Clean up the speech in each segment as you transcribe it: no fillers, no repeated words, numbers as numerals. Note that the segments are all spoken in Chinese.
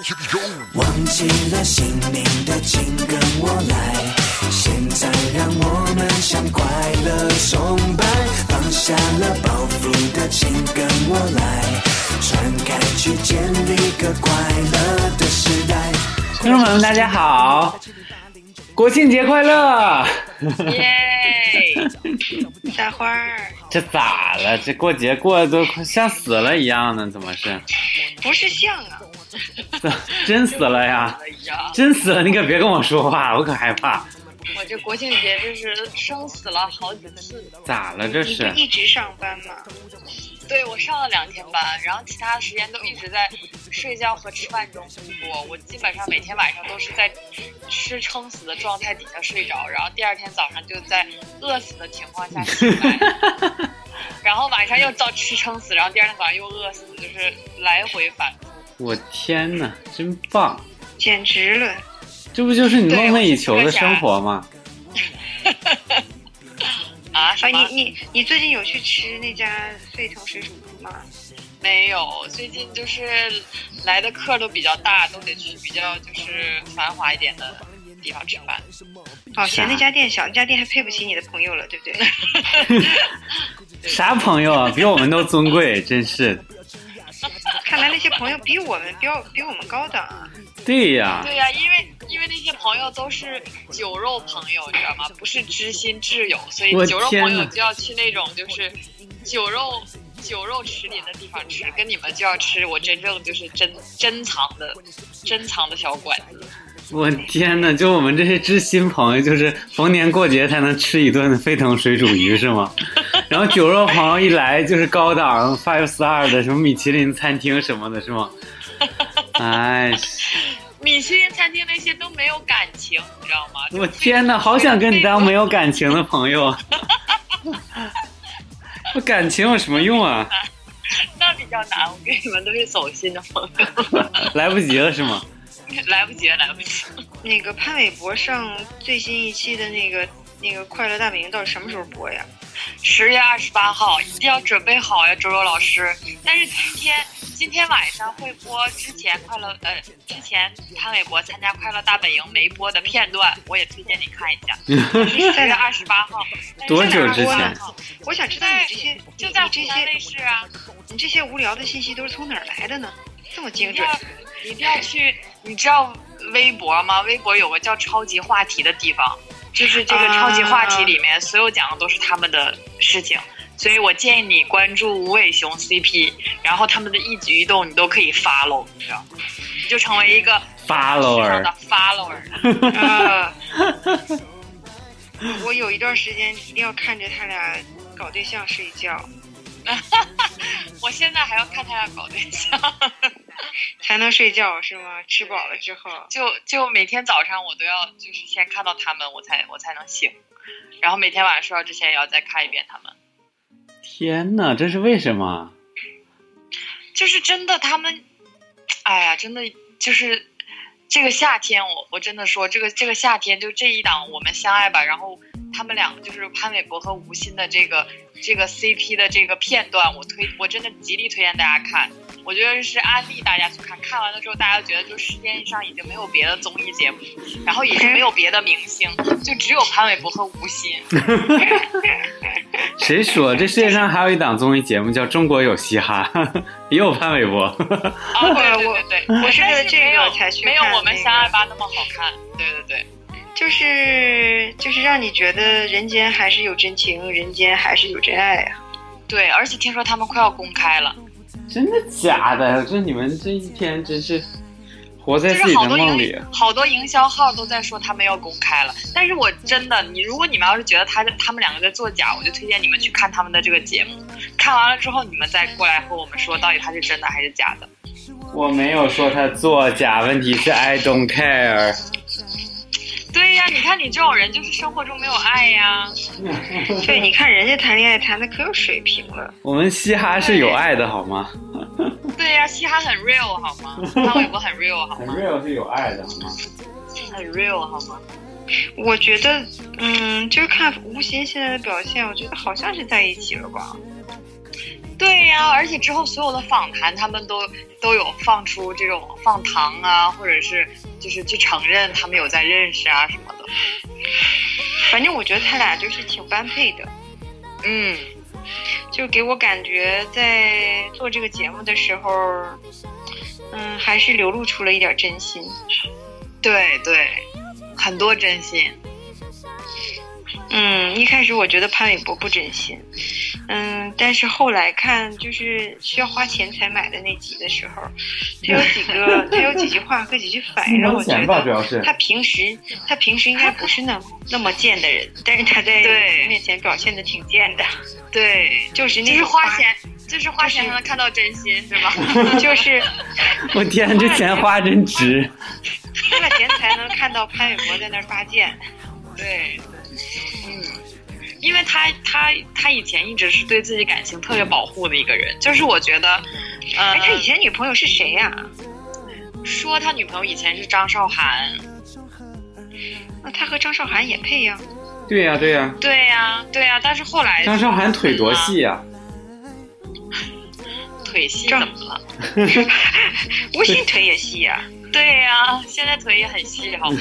忘记了姓名的请跟我来，现在让我们向快乐崇拜，放下了包袱的请跟我来，传开去建立个快乐的时代。 听众朋友们大家好，国庆节快乐！ 耶！大花儿， 这咋了？这过节过得都快像死了一样呢，怎么是？ 不是像啊， 真死了呀！真死了，你可别跟我说话，我可害怕。 我这国庆节真是生死了好几次。 咋了这是？ 你不一直上班吗？对，我上了2天班，然后其他时间都一直在睡觉和吃饭中度过。我基本上每天晚上都是在吃撑死的状态底下睡着，然后第二天早上就在饿死的情况下醒来，然后晚上又早吃撑死，然后第二天早上又饿死，就是来回反复。 我天哪，真棒！ 简直了！ 这不就是你梦寐以求的生活吗？ 啊，你最近有去吃那家沸腾水煮鱼吗？没有，最近就是来的客都比较大，都得去比较就是繁华一点的地方吃饭。哦，嫌那家店小，那家店还配不起你的朋友了，对不对？ 啥朋友啊，比我们都尊贵，真是的。 看来那些朋友比我们高档啊。 对呀， 对呀，因为那些朋友都是酒肉朋友，你知道吗？不是知心挚友，所以酒肉朋友就要去那种就是酒肉池林的地方吃，跟你们就要吃我真正就是珍藏的小馆子。 我天哪！就我们这些知心朋友，就是逢年过节才能吃一顿沸腾水煮鱼是吗？然后酒肉朋友一来就是高档 5 star 的什么米其林餐厅什么的是吗？哎， 米其林餐厅那些都没有感情，你知道吗？ 我天哪，好想跟你当没有感情的朋友。我感情有什么用啊？ 那比较难，我跟你们都是走心的朋友。 来不及了是吗？ 来不及。那个潘玮柏上最新一期的那个快乐大本营到底什么时候播呀？10月28号，一定要准备好呀，周周老师。但是今天晚上会播之前潘玮柏参加快乐大本营没播的片段，我也推荐你看一下。10月28号， 多久之前？ 我想知道你这些就在湖南卫视啊，你这些无聊的信息都是从哪儿来的呢？这么精准。一定要去，你知道微博吗？微博有个叫超级话题的地方，就是这个超级话题里面所有讲的都是他们的事情，所以我建议你关注无尾熊 CP， 然后他们的一举一动你都可以 follow， 你知道吗？你就成为一个 follower 的 follower。我有一段时间一定要看着他俩搞对象睡觉。我现在还要看他俩搞对象才能睡觉是吗？吃饱了之后就每天早上我都要就是先看到他们我才能醒，然后每天晚上睡觉之前也要再看一遍他们。 天哪，这是为什么？ 就是真的他们，哎呀，真的就是这个夏天我真的说这个夏天就这一档我们相爱吧，然后他们两个就是潘玮柏和吴昕的这个 CP 的这个片段，我真的极力推荐大家看。我觉得是安利大家去看，看完了之后大家觉得就世界上已经没有别的综艺节目，然后也是没有别的明星，就只有潘玮柏和吴昕。 谁说这世界上还有一档综艺节目叫《中国有嘻哈》，也有潘玮柏。对，我是为了这个才去看，没有我们相爱吧那么好看。对。 就是让你觉得人间还是有真情，人间还是有真爱啊。对，而且听说他们快要公开了。 真的假的？这你们这一天真是活在自己的梦里。 好多营销号都在说他们要公开了，但是我真的，如果你们要是觉得他们两个在作假，我就推荐你们去看他们的这个节目，看完了之后你们再过来和我们说到底他是真的还是假的。 我没有说他作假，问题是 I don't care。 对呀，你看你这种人就是生活中没有爱呀。对，你看人家谈恋爱谈的可有水平了。 我们嘻哈是有爱的好吗？ 对呀，嘻哈很 real 好吗？潘玮柏很 real 好吗？ 很 real 是有爱的好吗？ 很 real 好吗？我觉得，就是看吴昕现在的表现，我觉得好像是在一起了吧。 对呀，而且之后所有的访谈，他们都有放出这种放糖啊，或者是就是去承认他们有在认识啊什么的。 反正我觉得他俩就是挺般配的。就给我感觉在做这个节目的时候，还是流露出了一点真心。 对对，很多真心。 一开始我觉得潘玮柏不真心，但是后来看就是需要花钱才买的那集的时候，他有几句话和几句反应让我觉得他平时应该不是那么贱的人，但是他在面前表现的挺贱的。对，就是那个花钱才能看到真心，是吗？ 就是我天，这钱花真值。 花了钱才能看到潘玮柏在那儿发贱。 对。因为他以前一直是对自己感情特别保护的一个人，就是我觉得， 他以前女朋友是谁呀？ 说他女朋友以前是张韶涵， 那他和张韶涵也配呀？ 对呀， 但是后来张韶涵腿多细呀？ 腿细怎么了？ 吴昕腿也细呀？ 对呀，现在腿也很细，好吗？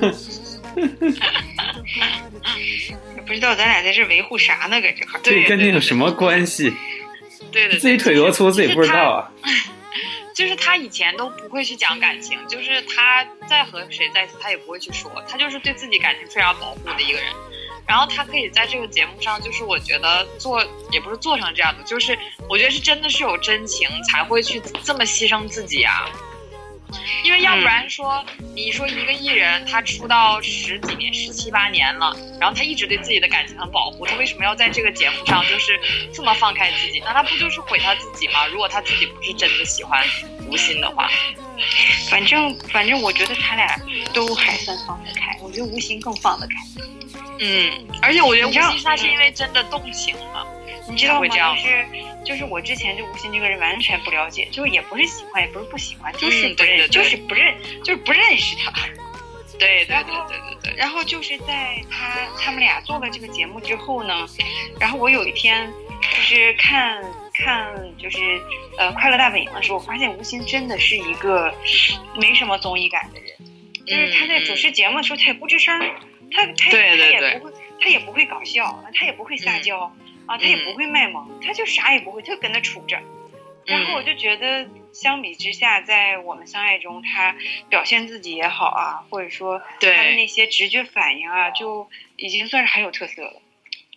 不知道咱俩在这维护啥呢，搁这块。 这跟你有什么关系？ 对， 自己腿多粗自己不知道啊。 就是他以前都不会去讲感情，就是他在和谁在一起他也不会去说，他就是对自己感情非常保护的一个人。然后他可以在这个节目上，就是我觉得也不是做成这样的，就是我觉得是真的是有真情才会去这么牺牲自己啊。因为要不然说，你说一个艺人他出道10几年、17、18年了，然后他一直对自己的感情很保护，他为什么要在这个节目上就是这么放开自己？那他不就是毁他自己吗？如果他自己不是真的喜欢吴昕的话， 反正我觉得他俩都还算放得开，我觉得吴昕更放得开。 而且我觉得吴昕他是因为真的动情了， 你知道吗？就是我之前对吴昕这个人完全不了解，就是也不是喜欢，也不是不喜欢，就是不认，就是不认识他。 对。 然后就是在他们俩做了这个节目之后呢，然后我有一天就是看就是快乐大本营的时候，我发现吴昕真的是一个没什么综艺感的人，就是他在主持节目的时候他也不吱声，他也不会搞笑，他也不会撒娇。他也不会卖萌，他就啥也不会，他就跟那杵着。然后我就觉得相比之下，在我们相爱中他表现自己也好啊，或者说他的那些直觉反应啊，就已经算是很有特色了。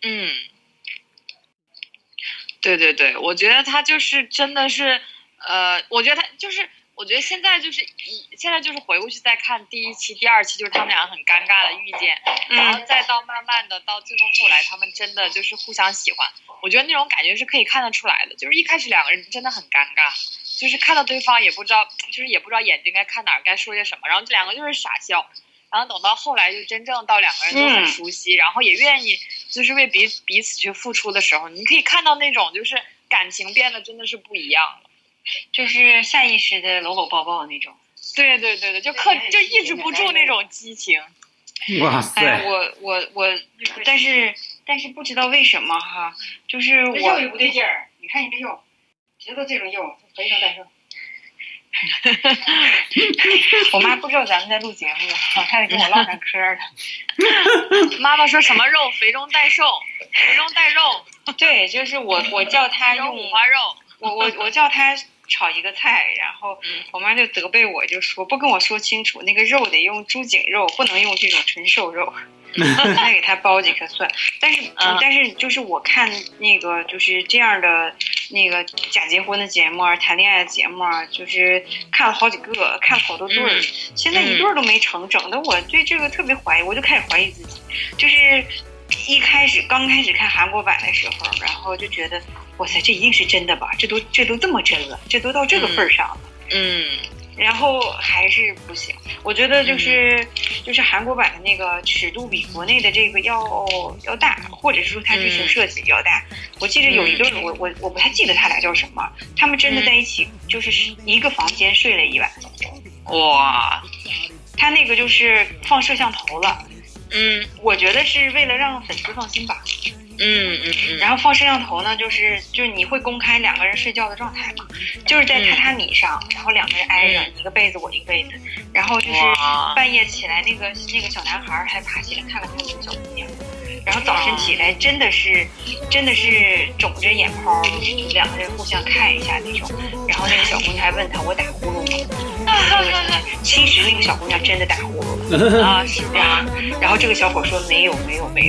对，我觉得他就是真的是我觉得他就是我觉得现在就是回过去再看第1期、第2期，就是他们俩很尴尬的遇见，然后再到慢慢的到最后来他们真的就是互相喜欢，我觉得那种感觉是可以看得出来的。就是一开始两个人真的很尴尬，就是看到对方也不知道眼睛该看哪儿，该说些什么，然后这两个就是傻笑，然后等到后来就真正到两个人都很熟悉，然后也愿意就是为彼此去付出的时候，你可以看到那种就是感情变得真的是不一样了。 就是下意识的搂搂抱抱那种。 对，就抑制不住那种激情。 哇塞！ 但是不知道为什么哈，就是我肉也不对劲儿。你看你这肉，知道这种肉肥瘦带瘦。我妈不知道咱们在录节目，她得跟我唠上嗑了。 妈妈说什么肉？肥中带瘦，肥中带肉。 对，就是我叫她用五花肉。 我叫他炒一个菜，然后我妈就责备我，就说不跟我说清楚，那个肉得用猪颈肉，不能用这种纯瘦肉。再给他包几颗蒜。但是就是我看那个就是这样的那个假结婚的节目啊，谈恋爱的节目啊，就是看了好几个，看了好多对儿，现在一对儿都没成，整的我对这个特别怀疑，我就开始怀疑自己，就是刚开始看韩国版的时候，然后就觉得哇塞，这一定是真的吧？这都这么真了，这都到这个份上了。然后还是不行，我觉得就是韩国版的那个尺度比国内的这个要大，或者是说它剧情设计比较大。我记得有一对我不太记得他俩叫什么，他们真的在一起就是一个房间睡了一晚。 哇， 他那个就是放摄像头了。我觉得是为了让粉丝放心吧。 然后放摄像头呢，就是你会公开两个人睡觉的状态嘛，就是在榻榻米上，然后两个人挨着，一个被子我一个被子，然后就是半夜起来那个小男孩还爬起来看了看那个小姑娘，然后早晨起来真的是肿着眼泡，两个人互相看一下那种，然后那个小姑娘还问他我打呼噜吗？其实那个小姑娘真的打呼噜啊，是吧？ 然后这个小伙说没有，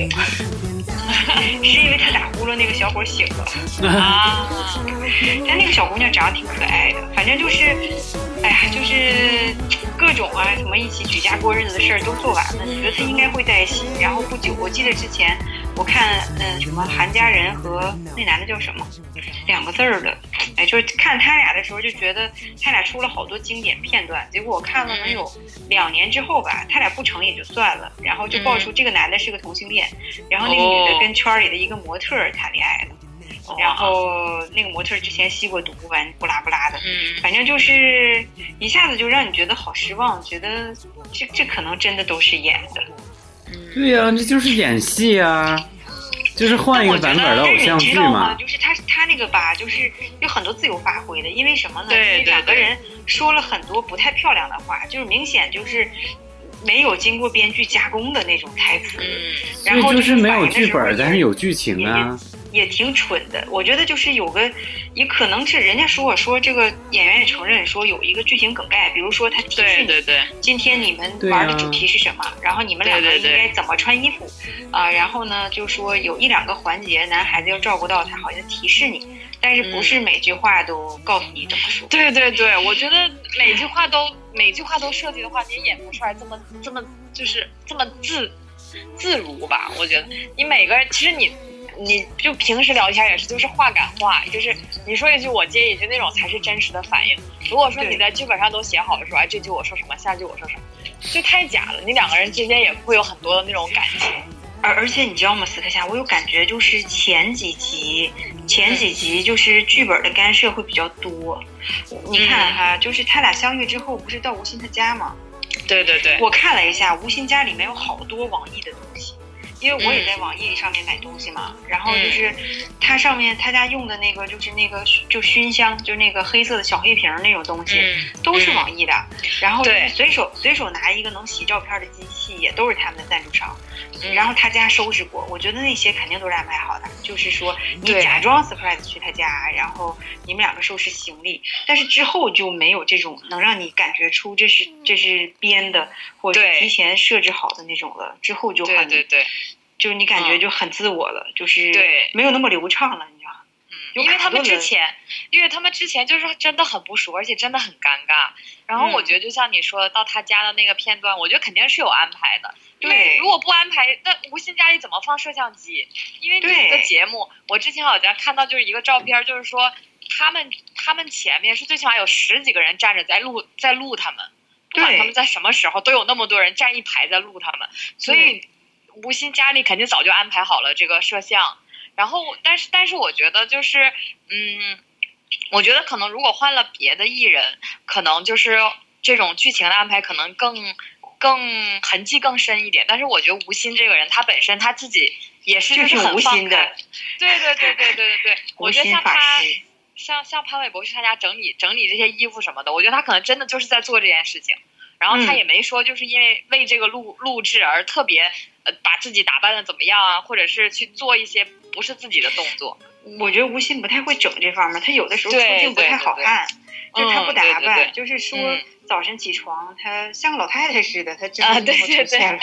是因为他打呼噜，那个小伙醒了啊。但那个小姑娘长得挺可爱的，反正就是，哎呀，就是各种啊什么一起举家过日子的事儿都做完了，你觉得他应该会在一起。然后不久，我记得之前我看什么韩家人和那男的叫什么2个字儿的，哎，就是看他俩的时候就觉得他俩出了好多经典片段，结果我看了能有2年之后吧，他俩不成也就算了，然后就爆出这个男的是个同性恋，然后那个女的跟圈里的一个模特谈恋爱了。然后那个模特之前吸过毒，完不拉不拉的，反正就是一下子就让你觉得好失望，觉得这可能真的都是演的。 对呀，这就是演戏啊，就是换一个版本的偶像剧嘛。 就是他那个吧，就是有很多自由发挥的，因为什么呢？ 对， 因为两个人说了很多不太漂亮的话，就是明显就是没有经过编剧加工的那种台词。然后就是没有剧本，但是有剧情啊。 也挺蠢的，我觉得就是也可能是人家说这个演员也承认说有一个剧情梗概，比如说他提示你今天你们玩的主题是什么，然后你们两个应该怎么穿衣服啊，然后呢就说有1-2个环节男孩子要照顾到他，好像提示你，但是不是每句话都告诉你怎么说。 对，我觉得每句话都设计的话，你也演不出来这么就是这么自如吧。我觉得你每个人其实你就平时聊天也是，就是话赶话，就是你说一句我接一句那种才是真实的反应。如果说你在剧本上都写好了说，哎，这句我说什么，下句我说什么，就太假了。你两个人之间也会有很多的那种感情。 而且你知道吗，斯克夏，我有感觉就是前几集就是剧本的干涉会比较多。你看哈，就是他俩相遇之后，不是到吴昕他家吗？ 对， 我看了一下，吴昕家里面有好多网易的东西。因为我也在网易上面买东西嘛，然后就是他上面他家用的那个就是那个就熏香，就那个黑色的小黑瓶那种东西，都是网易的。然后随手拿一个能洗照片的机器，也都是他们的赞助商。然后他家收拾过，我觉得那些肯定都是安排好的，就是说你假装 surprise 去他家，然后你们两个收拾行李，但是之后就没有这种能让你感觉出这是编的或者是提前设置好的那种了。之后就很对。 就你感觉就很自我了，就是没有那么流畅了，你知道吗？ 因为他们之前就是真的很不熟，而且真的很尴尬。然后我觉得就像你说的，到他家的那个片段，我觉得肯定是有安排的。因为如果不安排，那吴昕家里怎么放摄像机？因为你一个节目，我之前好像看到就是一个照片，就是说他们前面是最起码有10几个人站着在录他们，不管他们在什么时候都有那么多人站一排在录他们，所以吴昕家里肯定早就安排好了这个摄像。然后但是我觉得就是我觉得可能如果换了别的艺人，可能就是这种剧情的安排可能更痕迹更深一点。但是我觉得吴昕这个人他本身他自己也是就是很放开。对，我觉得像潘玮柏去他家整理这些衣服什么的，我觉得他可能真的就是在做这件事情。然后他也没说就是因为这个录制而特别把自己打扮的怎么样啊，或者是去做一些不是自己的动作。 我觉得吴昕不太会整这方面，他有的时候出镜不太好看，就是他不打扮，就是说早晨起床他像个老太太似的，他真的出现了。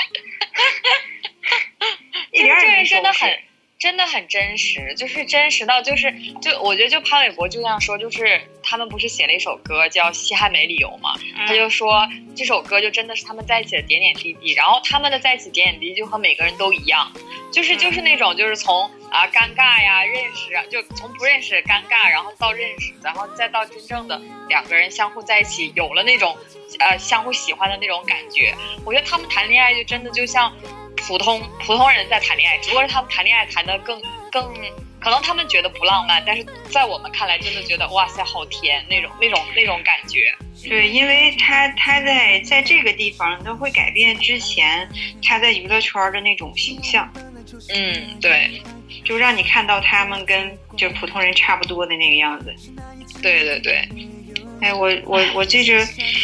一点也没收拾。 真的很真实，就是真实到就我觉得就潘玮柏就这样说，就是他们不是写了一首歌叫《西汉没理由》嘛，他就说这首歌就真的是他们在一起的点点滴滴，然后他们的在一起点点滴滴就和每个人都一样，就是那种就是从尴尬呀认识啊，就从不认识尴尬，然后到认识，然后再到真正的两个人相互在一起，有了那种相互喜欢的那种感觉。我觉得他们谈恋爱就真的就像普通人在谈恋爱，只不过是他们谈恋爱谈得更可能他们觉得不浪漫，但是在我们看来真的觉得哇塞好甜那种感觉。 对，因为他在这个地方他会改变之前他在娱乐圈的那种形象。 对， 就让你看到他们跟就普通人差不多的那个样子。 对对对。 哎，我记着，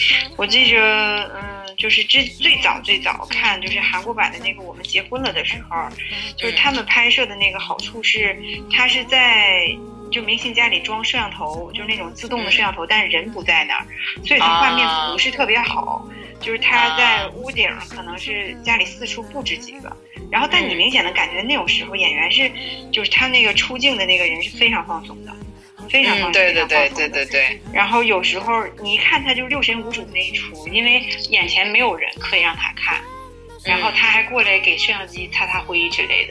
就是最早看就是韩国版的那个《我们结婚了》的时候，就是他们拍摄的那个好处是，他是在就明星家里装摄像头，就是那种自动的摄像头，但是人不在那儿，所以它画面不是特别好。就是他在屋顶可能是家里四处布置几个，然后但你明显的感觉那种时候演员是，就是他那个出镜的那个人是非常放松的。非常放松， 对。 然后有时候你一看他就六神无主的那一出，因为眼前没有人可以让他看，然后他还过来给摄像机擦擦灰之类的。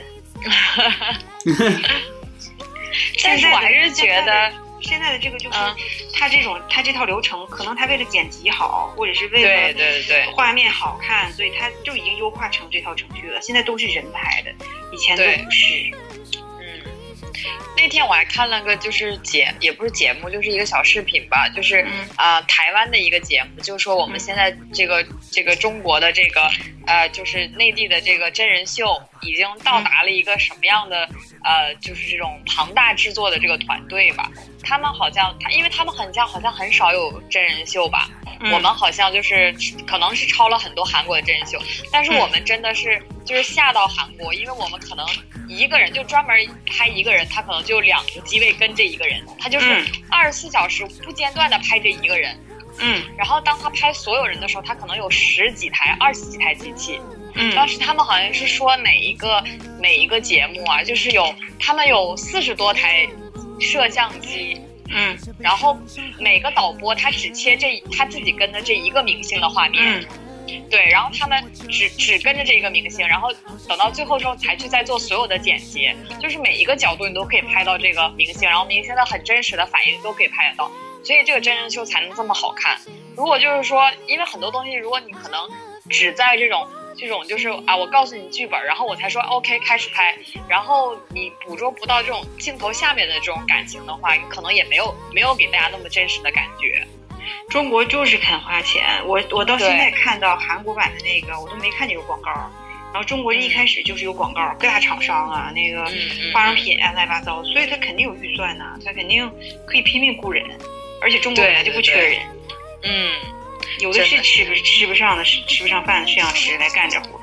但是我还是觉得现在的这个就是他这套流程，可能他为了剪辑好，或者是为了画面好看，所以他就已经优化成这套程序了。现在都是人拍的，以前都不是。 那天我还看了个就是也不是节目，就是一个小视频吧，就是台湾的一个节目，就是说我们现在这个中国的这个就是内地的这个真人秀已经到达了一个什么样的就是这种庞大制作的这个团队吧。他们好像因为他们好像很少有真人秀吧，我们好像就是可能是超了很多韩国的真人秀，但是我们真的是就是下到韩国，因为我们可能一个人就专门拍一个人，他可能就2个机位跟这一个人，他就是24小时不间断的拍这一个人。然后当他拍所有人的时候，他可能有10几台、20几台机器。当时他们好像是说每一个节目啊，就是他们有40多台摄像机。然后每个导播他只切他自己跟的这一个明星的画面。对，然后他们只跟着这个明星，然后等到最后之后才去再做所有的剪辑，就是每一个角度你都可以拍到这个明星，然后明星的很真实的反应都可以拍得到，所以这个真人秀才能这么好看。如果就是说，因为很多东西，如果你可能只在这种就是我告诉你剧本，然后我才说 OK 开始拍，然后你捕捉不到这种镜头下面的这种感情的话，你可能也没有给大家那么真实的感觉。 中国就是肯花钱，我到现在看到韩国版的那个，我都没看见有广告。然后中国一开始就是有广告，各大厂商啊，那个化妆品啊，乱七八糟，所以他肯定有预算呐，他肯定可以拼命雇人，而且中国本来就不缺人。有的是吃不上饭的摄像师来干这活。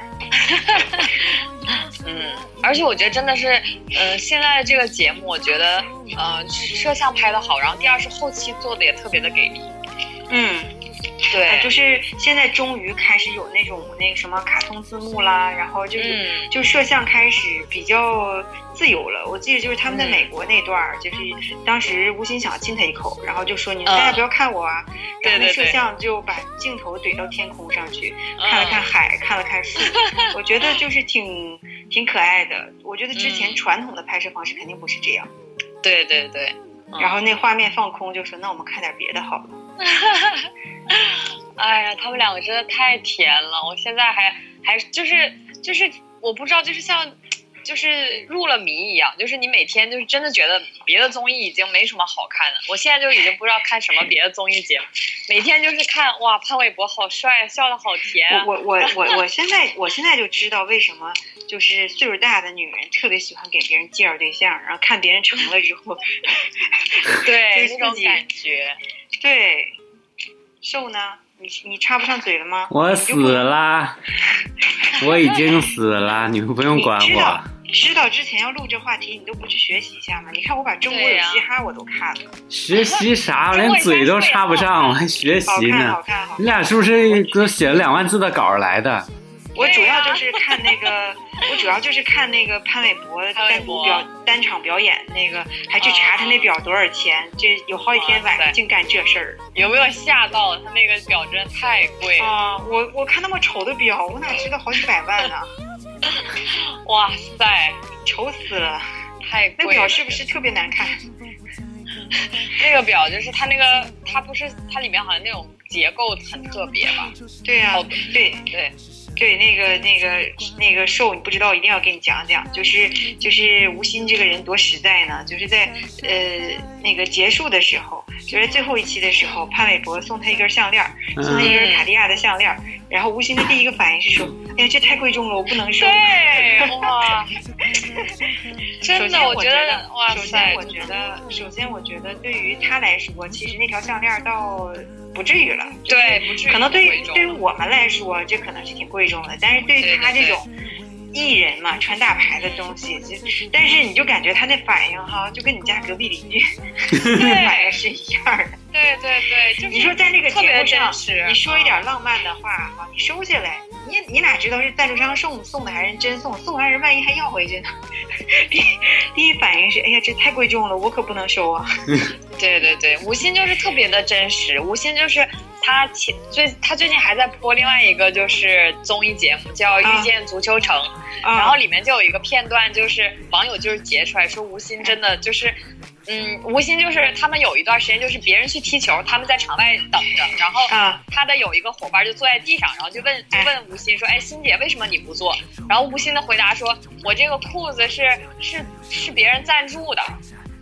而且我觉得真的是，现在的这个节目，我觉得摄像拍得好，然后第二是后期做的也特别的给力。对， 就是现在终于开始有那个什么卡通字幕啦，然后就摄像开始比较自由了。我记得就是他们在美国那段，就是当时吴昕想亲他一口，然后就说你大家不要看我啊，然后那摄像就把镜头怼到天空上去，看了看海，看了看树，我觉得就是挺可爱的。我觉得之前传统的拍摄方式肯定不是这样。 对。 然后那画面放空，就说那我们看点别的好了。 哎呀，他们两个真的太甜了，我现在还就是我不知道，就是像就是入了迷一样，就是你每天就是真的觉得别的综艺已经没什么好看的，我现在就已经不知道看什么别的综艺节目，每天就是看哇潘玮柏好帅，笑得好甜。 我现在就知道为什么就是岁数大的女人特别喜欢给别人介绍对象，然后看别人成了之后， 对那种感觉。 对，瘦呢？你插不上嘴了吗？ 我死啦！我已经死了，你们不用管我。 知道之前要录这话题，你都不去学习一下吗？你看我把中国有嘻哈我都看了。 学习啥？我连嘴都插不上，我还学习呢。 好看。 你俩是不是都写了2万字的稿来的？ 我主要就是看那个潘玮柏单场表演那个，还去查他那表多少钱，这有好几天晚上净干这事儿。 有没有吓到？他那个表真的太贵了啊！我看那么丑的表，我哪知道好几百万呢？ 哇塞， 丑死了！ 太贵了。 那表是不是特别难看？ 那个表就是它不是它里面好像那种结构很特别吧？ 对啊，对，那个瘦，你不知道一定要给你讲讲，就是吴昕这个人多实在呢，就是在那个结束的时候，就是最后一期的时候，潘玮柏送他一根项链，送他一根卡地亚的项链，然后吴昕的第一个反应是说，哎呀，这太贵重了，我不能收。 对，哇， 真的，我觉得哇塞， 首先我觉得对于他来说，其实那条项链倒不至于了， 对，不至于， 可能对于我们来说，这可能是挺贵重的，但是对于他这种艺人嘛，穿大牌的东西，但是你就感觉他那反应哈，就跟你家隔壁邻居反应是一样的。 对对对，就是你说在那个节目上， 你说一点浪漫的话哈，你收下来，你哪知道是赞助商送的还是真送完人万一还要回去呢？第一反应是，哎呀，这太贵重了，我可不能收啊。 对对对，吴昕就是特别的真实，吴昕就是他最近还在播另外一个就是综艺节目叫《遇见足球城》，然后里面就有一个片段，就是网友就是截出来说吴昕真的就是。吴昕就是他们有一段时间就是别人去踢球，他们在场外等着，然后他的有一个伙伴就坐在地上，然后就问吴昕说：“哎，昕姐，为什么你不坐？”然后吴昕的回答说：“我这个裤子是别人赞助的。”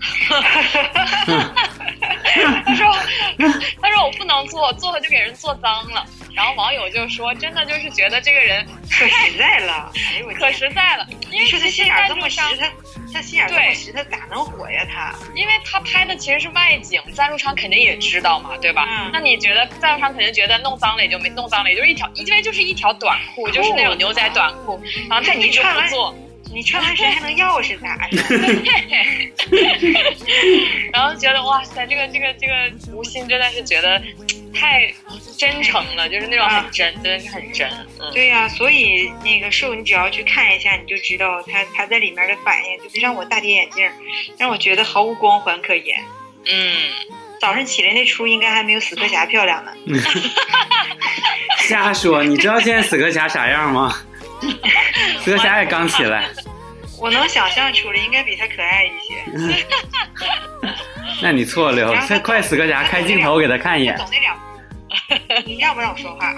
他说我不能做了就给人做脏了。然后网友就说，真的就是觉得这个人可实在了， 可实在了。因为说他心眼这么实，他心眼这么实，他咋能火呀他？ 因为他拍的其实是外景，赞助商肯定也知道嘛，对吧？那你觉得赞助商肯定觉得弄脏了也就没弄脏了，也就是因为就是一条短裤，就是那种牛仔短裤，然后他你就不做。 你穿完谁还能要是咋的？ 然后觉得哇塞，这个吴昕真的是觉得太真诚了，就是那种很真，真的是很真。 对呀，所以那个你只要去看一下，你就知道他在里面的反应，就是让我大跌眼镜，让我觉得毫无光环可言。早上起来那出应该还没有死磕侠漂亮呢。 瞎说，你知道现在死磕侠啥样吗？死磕侠也刚起来。 我能想象出来，应该比他可爱一些。 那你错了，快死磕侠开镜头给他看一眼。 懂那两，你让不让我说话？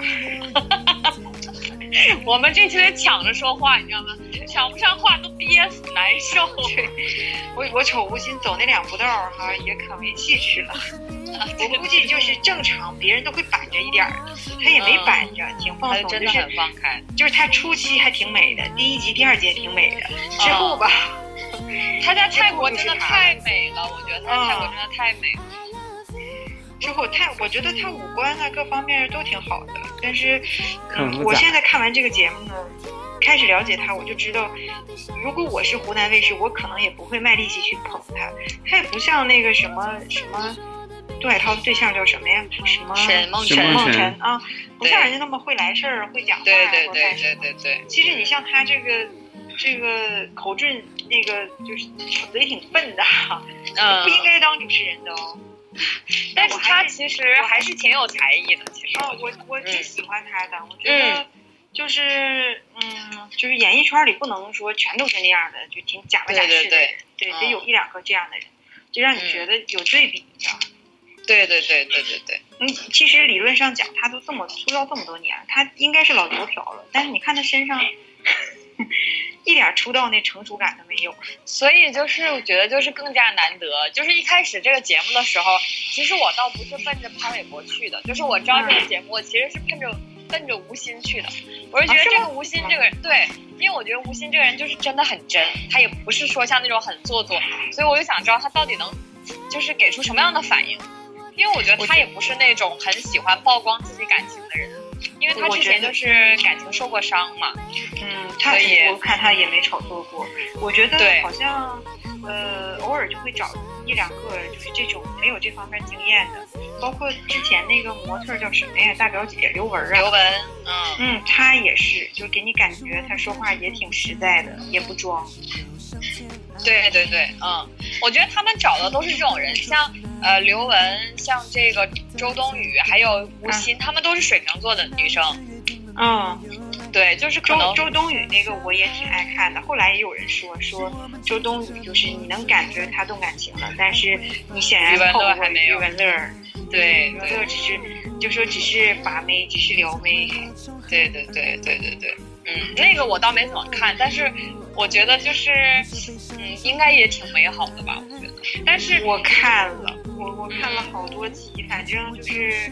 我们这期得抢着说话，你知道吗？抢不上话都憋死难受。 我瞅吴昕走那两步道哈，也可没气吃了。我估计就是正常，别人都会板着一点的，他也没板着，挺放松， 真的很放开。 就是他初期还挺美的，第一集、第二集也挺美的，之后吧， 他在泰国真的太美了，我觉得他在泰国真的太美了。 之后我觉得他五官啊各方面都挺好的，但是我现在看完这个节目呢，开始了解他，我就知道，如果我是湖南卫视，我可能也不会卖力气去捧他，他也不像那个什么杜海涛的对象叫什么呀？什么沈梦辰啊，不像人家那么会来事儿、会讲话。 对。 其实你像他这个口俊，那个就是嘴挺笨的，不应该当主持人的哦。 但是他其实还是挺有才艺的，其实。 我挺喜欢他的，我觉得就是演艺圈里不能说全都是那样的，就挺假模假式的人，对，得有一两个这样的人，就让你觉得有对比，你知道吗？ 对。 其实理论上讲，他都这么出道这么多年，他应该是老油条了，但是你看他身上。一点出道那成熟感都没有， 所以就是我觉得就是更加难得。就是一开始这个节目的时候，其实我倒不是奔着潘玮柏去的，就是我知道这个节目，我其实是奔着吴昕去的。我是觉得这个吴昕这个人，对，因为我觉得吴昕这个人就是真的很真，他也不是说像那种很做作，所以我就想知道他到底能就是给出什么样的反应，因为我觉得他也不是那种很喜欢曝光自己感情的人。因为他之前就是感情受过伤嘛， 我看他也没炒作过。我觉得好像偶尔就会找一两个就是这种没有这方面经验的，包括之前那个模特叫什么呀，大表姐刘雯啊。 刘雯， 她也是，就给你感觉她说话也挺实在的，也不装。 对，我觉得他们找的都是这种人，像刘雯，像这个周冬雨，还有吴昕，他们都是水瓶座的女生。对，就是可能周冬雨那个我也挺爱看的，后来也有人说周冬雨就是你能感觉她动感情了，但是你显然余文乐还没有。 余文乐， 对， 余文乐只是把妹，只是撩妹。 对。那个我倒没怎么看，但是我觉得就是应该也挺美好的吧，我觉得。但是我看了，我看了好多集，反正就是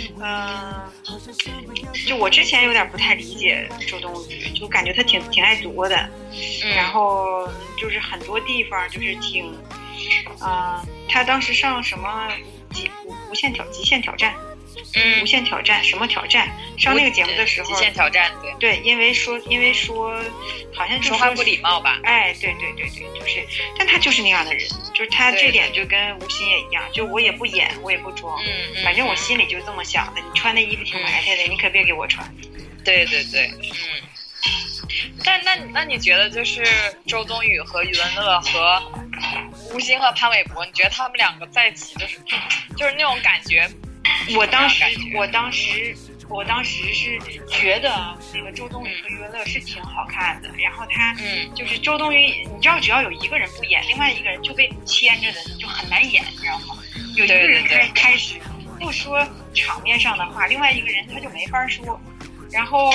就我之前有点不太理解周冬雨，就感觉她挺爱作的，然后就是很多地方就是挺，他当时上什么极限挑战。无限挑战什么挑战？上那个节目的时候， 极限挑战， 对，因为说，好像说话不礼貌吧？ 哎，对，就是，但他就是那样的人，就是他这点就跟吴昕也一样，就我也不演，我也不装，反正我心里就是这么想的。你穿的衣服挺埋汰的，你可别给我穿。 对，但那你觉得就是周冬雨和余文乐和吴昕和潘玮柏，你觉得他们两个在一起就是那种感觉？我当时是觉得那个周冬雨和余文乐是挺好看的，然后他就是周冬雨，你知道只要有一个人不演，另外一个人就被牵着的，就很难演，你知道吗？有一个人开始不说场面上的话，另外一个人他就没法说，然后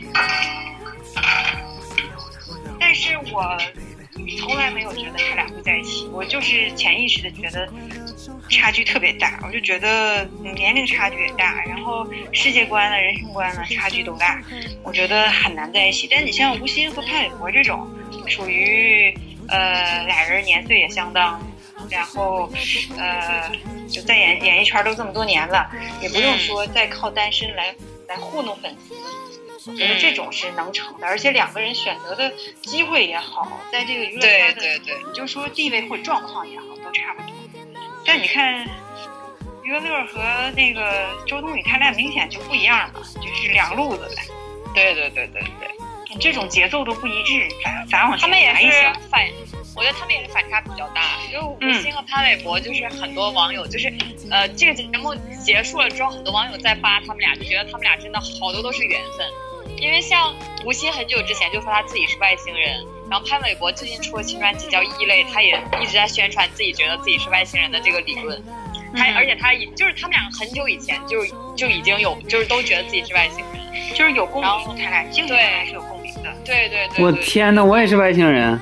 但是我从来没有觉得他俩会在一起，我就是潜意识的觉得差距特别大，我就觉得年龄差距也大，然后世界观呢、人生观呢差距都大，我觉得很难在一起。但你像吴昕和潘玮柏这种，属于俩人年岁也相当，然后就在演艺圈都这么多年了，也不用说再靠单身来糊弄粉丝。我觉得这种是能成的，而且两个人选择的机会也好，在这个娱乐圈的，对，你就说地位或者状况也好，都差不多。但你看，余文乐和那个周冬雨，他俩明显就不一样了，就是两路子来。对，这种节奏都不一致，咋往前来一下？我觉得他们也是反差比较大。就吴昕和潘玮柏，就是很多网友就是这个节目结束了之后，很多网友在扒他们俩，就觉得他们俩真的好多都是缘分。因为像吴昕很久之前就说他自己是外星人，然后潘玮柏最近出了新专辑叫《异类》，他也一直在宣传自己觉得自己是外星人的这个理论。而且就是他们两个很久以前就已经有，就是都觉得自己是外星人，就是有共鸣，他俩精神还是有共鸣的。对。 我天哪，我也是外星人。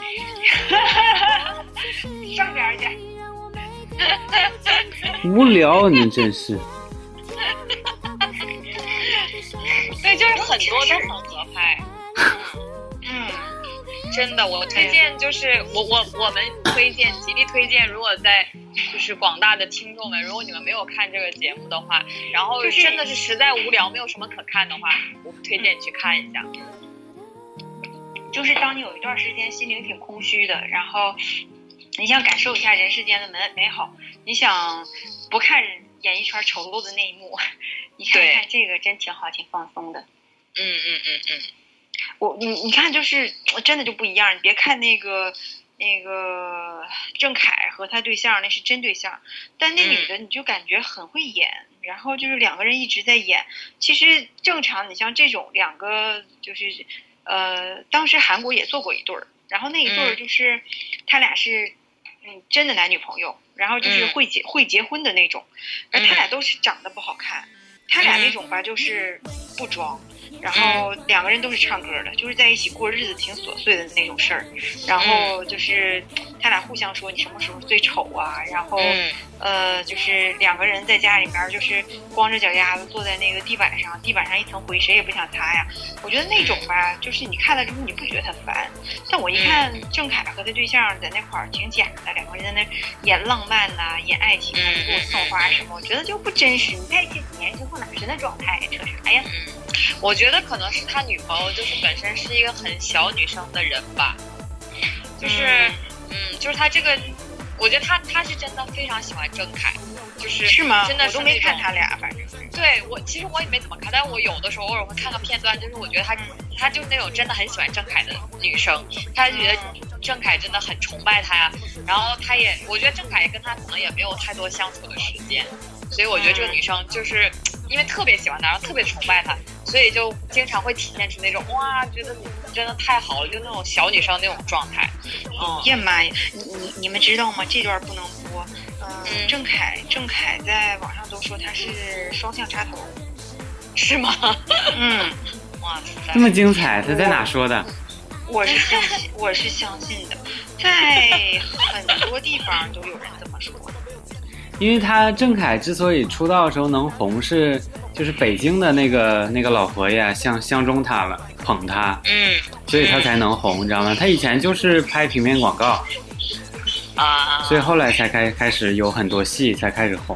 上边去。 无聊，你真是。 对，就是很多都很合拍。真的，我推荐就是我们极力推荐，如果在就是广大的听众们，如果你们没有看这个节目的话，然后真的是实在无聊，没有什么可看的话，我推荐你去看一下。 就是当你有一段时间心灵挺空虚的，然后你想感受一下人世间的美好，你想不看演艺圈丑陋的那一幕，你看看这个真挺好，挺放松的。你看，就是真的就不一样。你别看那个郑恺和他对象，那是真对象，但那女的你就感觉很会演，然后就是两个人一直在演。其实正常，你像这种两个就是当时韩国也做过一对儿，然后那一对儿就是他俩是真的男女朋友，然后就是会结婚的那种，而他俩都是长得不好看，他俩那种吧就是不装。然后两个人都是唱歌的，就是在一起过日子挺琐碎的那种事儿。然后就是他俩互相说你什么时候最丑啊，然后就是两个人在家里面就是光着脚丫子坐在那个地板上一层灰，谁也不想擦呀。我觉得那种吧，就是你看了之后你不觉得很烦，但我一看郑恺和他对象在那块儿挺假的，两个人在那演浪漫呐、演爱情啊，给我送花什么，我觉得就不真实。你在一起几年之后哪是那状态，扯啥呀？ 我觉得可能是他女朋友就是本身是一个很小女生的人吧，就是他这个，我觉得他是真的非常喜欢郑恺，是吗？ 真的是我都没看他俩，反正对其实我也没怎么看，但我有的时候偶尔会看个片段，就是我觉得他就是那种真的很喜欢郑恺的女生，他觉得郑恺真的很崇拜他呀，然后我觉得郑恺也跟他可能也没有太多相处的时间，所以我觉得这个女生就是因为特别喜欢他，然后特别崇拜他，所以就经常会体现出那种哇，觉得你真的太好了，就那种小女生那种状态。 呀妈呀，你们知道吗？这段不能播。郑恺在网上都说他是双向插头， 是吗？ 哇塞，这么精彩，他在哪说的？ 我是相信的，在很多地方都有人这么说。 因为他郑恺之所以出道的时候能红，就是北京的那个老佛爷相中他了，捧他，所以他才能红，你知道吗？他以前就是拍平面广告， 啊， 所以后来才开始有很多戏，才开始红。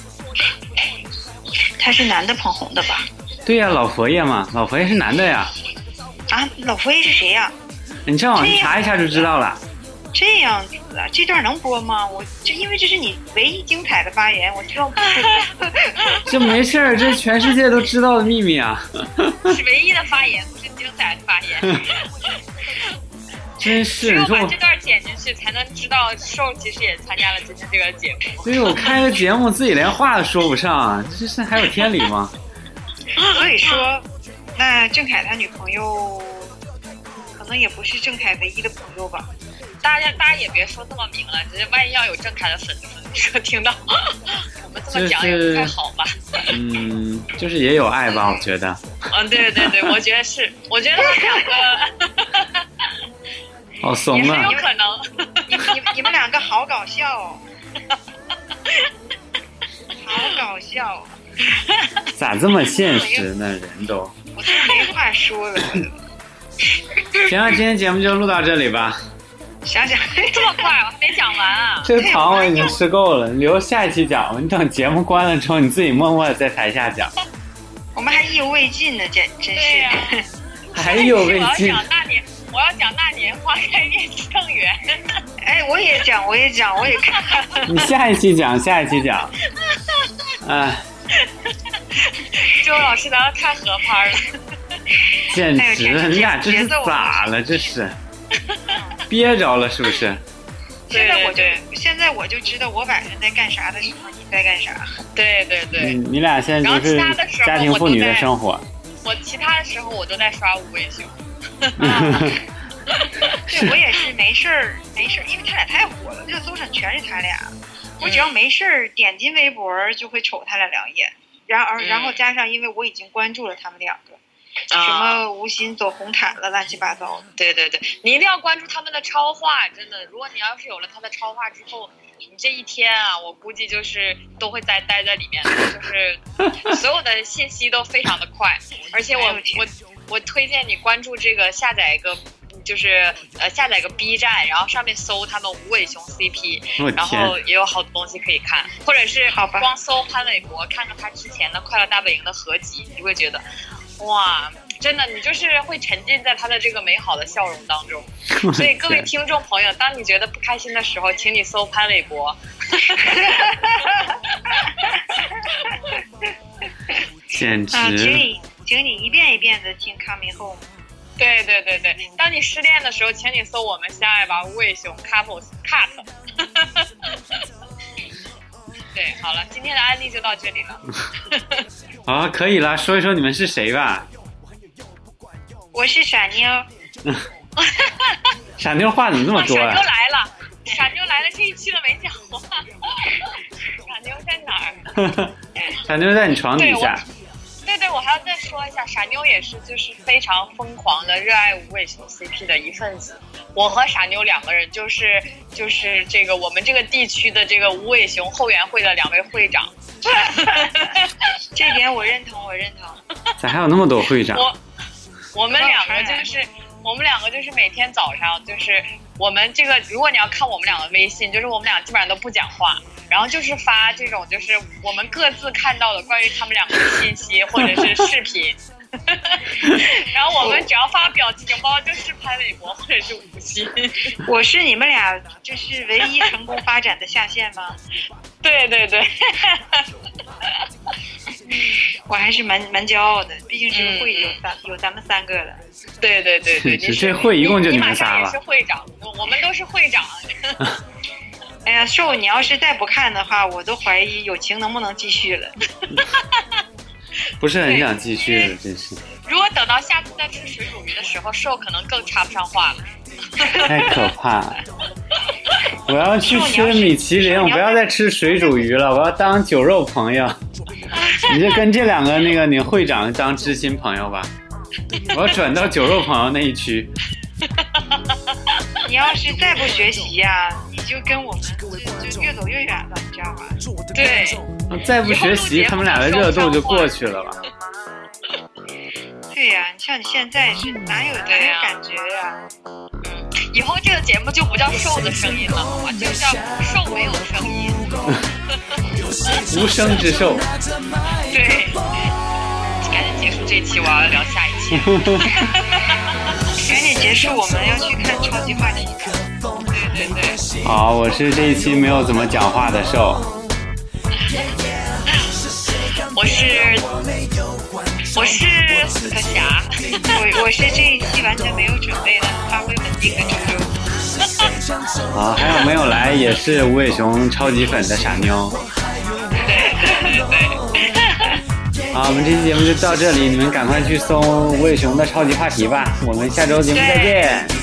他是男的捧红的吧？ 对呀，老佛爷嘛，老佛爷是男的呀。 啊，老佛爷是谁呀？ 你上网查一下就知道了。 这样子啊，这段能播吗？因为这是你唯一精彩的发言，我希望不播。 这没事儿，这全世界都知道的秘密啊。 是唯一的发言，不是精彩的发言。 真是， 只有你说把这段剪进去，才能知道瘦其实也参加了今天这个节目。 对，我开个节目自己连话都说不上，这是还有天理吗？ 所以说，那郑恺他女朋友可能也不是郑恺唯一的朋友吧。 大家也别说这么明了，只是万一要有郑恺的粉丝，你说听到我们这么讲也不太好吧？ 就是也有爱吧，我觉得。 对对对，我觉得是，我觉得他们两个好怂啊！ 也很有可能。 你们两个好搞笑哦，好搞笑哦。 咋这么现实呢？人都。 我都没话说了。 行了，今天节目就录到这里吧。 想想这么快，我还没讲完啊！ 这个糖我已经吃够了，你留下一期讲。你等节目关了之后，你自己默默的在台下讲。 我们还意犹未尽呢，真是。 对呀、 还意犹未尽。 我要讲那年花开月正圆。 哎，我也讲，我也看。 你下一期讲。哎。 周老师咱要太合拍了。 简直了，你俩这是咋了？这是憋着了是不是？ 现在我就知道我晚上在干啥的时候你在干啥。 对对对， 你俩现在就是家庭妇女的生活。 我其他的时候我都在刷无尾熊。 对，我也是没事儿，因为他俩太火了，热搜上全是他俩。我只要没事儿点进微博就会瞅他俩两眼，然后加上因为我已经关注了他们两个。什么吴昕走红毯了，乱七八糟的。 对对对，你一定要关注他们的超话，真的。如果你要是有了他的超话之后，你这一天啊，我估计就是都会待在里面，就是所有的信息都非常的快。而且我推荐你关注这个下载一个。就是下载个 B 站，然后上面搜他们无尾熊 CP， 然后也有好多东西可以看，或者是光搜潘玮柏，看看他之前的《快乐大本营》的合集，你会觉得，哇，真的，你就是会沉浸在他的这个美好的笑容当中。所以各位听众朋友，当你觉得不开心的时候，请你搜潘玮柏。 简直！ 请你一遍一遍的听 Coming Home。 对对对对，当你失恋的时候，请你搜我们相爱吧无尾熊 Couples Cut。对，好了，今天的案例就到这里了。 好，可以了，说一说你们是谁吧。 我是傻妞。 傻妞话怎么这么多啊？ 傻妞来了，傻妞来了，这一期都没讲话。傻妞在哪儿？ 傻妞在你床底下。 对，我还要再说一下，傻妞也是就是非常疯狂的热爱无尾熊 CP 的一份子。我和傻妞两个人就是这个我们这个地区的这个无尾熊后援会的两位会长。 这点我认同。 咋还有那么多会长？ 我们两个就是每天早上就是我们这个，如果你要看我们两个微信，就是我们俩基本上都不讲话。然后就是发这种就是我们各自看到的关于他们两个的信息或者是视频，然后我们只要发表情包就是潘玮柏或者是吴昕。 我是你们俩就是唯一成功发展的下线吗？ 对对对。 我还是蛮骄傲的，毕竟这个会有咱们三个的。 对对对对， 这会一共就你们仨了。 你马上也是会长，我们都是会长。 哎呀，瘦，你要是再不看的话，我都怀疑友情能不能继续了。 不是很想继续了，真是。 如果等到下次再吃水煮鱼的时候，瘦可能更插不上话了。 太可怕了！我要去吃米其林，我不要再吃水煮鱼了，我要当酒肉朋友。你就跟这两个那个你会长当知心朋友吧，我要转到酒肉朋友那一区。 你要是再不学习呀，你就跟我们就越走越远了，你知道吗？ 对， 再不学习，他们俩的热度就过去了吧？ 对呀，你像你现在是哪有感觉呀？ 以后这个节目就不叫瘦的声音了，好吗？就叫瘦没有声音， 无声之兽。 对，赶紧结束这期，我要聊下一期。 赶紧结束，我们要去看超级话题。 对对对。 好，我是这一期没有怎么讲话的兽。 我是死磕侠， 我是这一期完全没有准备的发挥稳定的周周。 好，还有没有来也是无尾熊超级粉的傻妞。 对对对。 好，我们这期节目就到这里，你们赶快去搜无尾熊的超级话题吧，我们下周节目再见。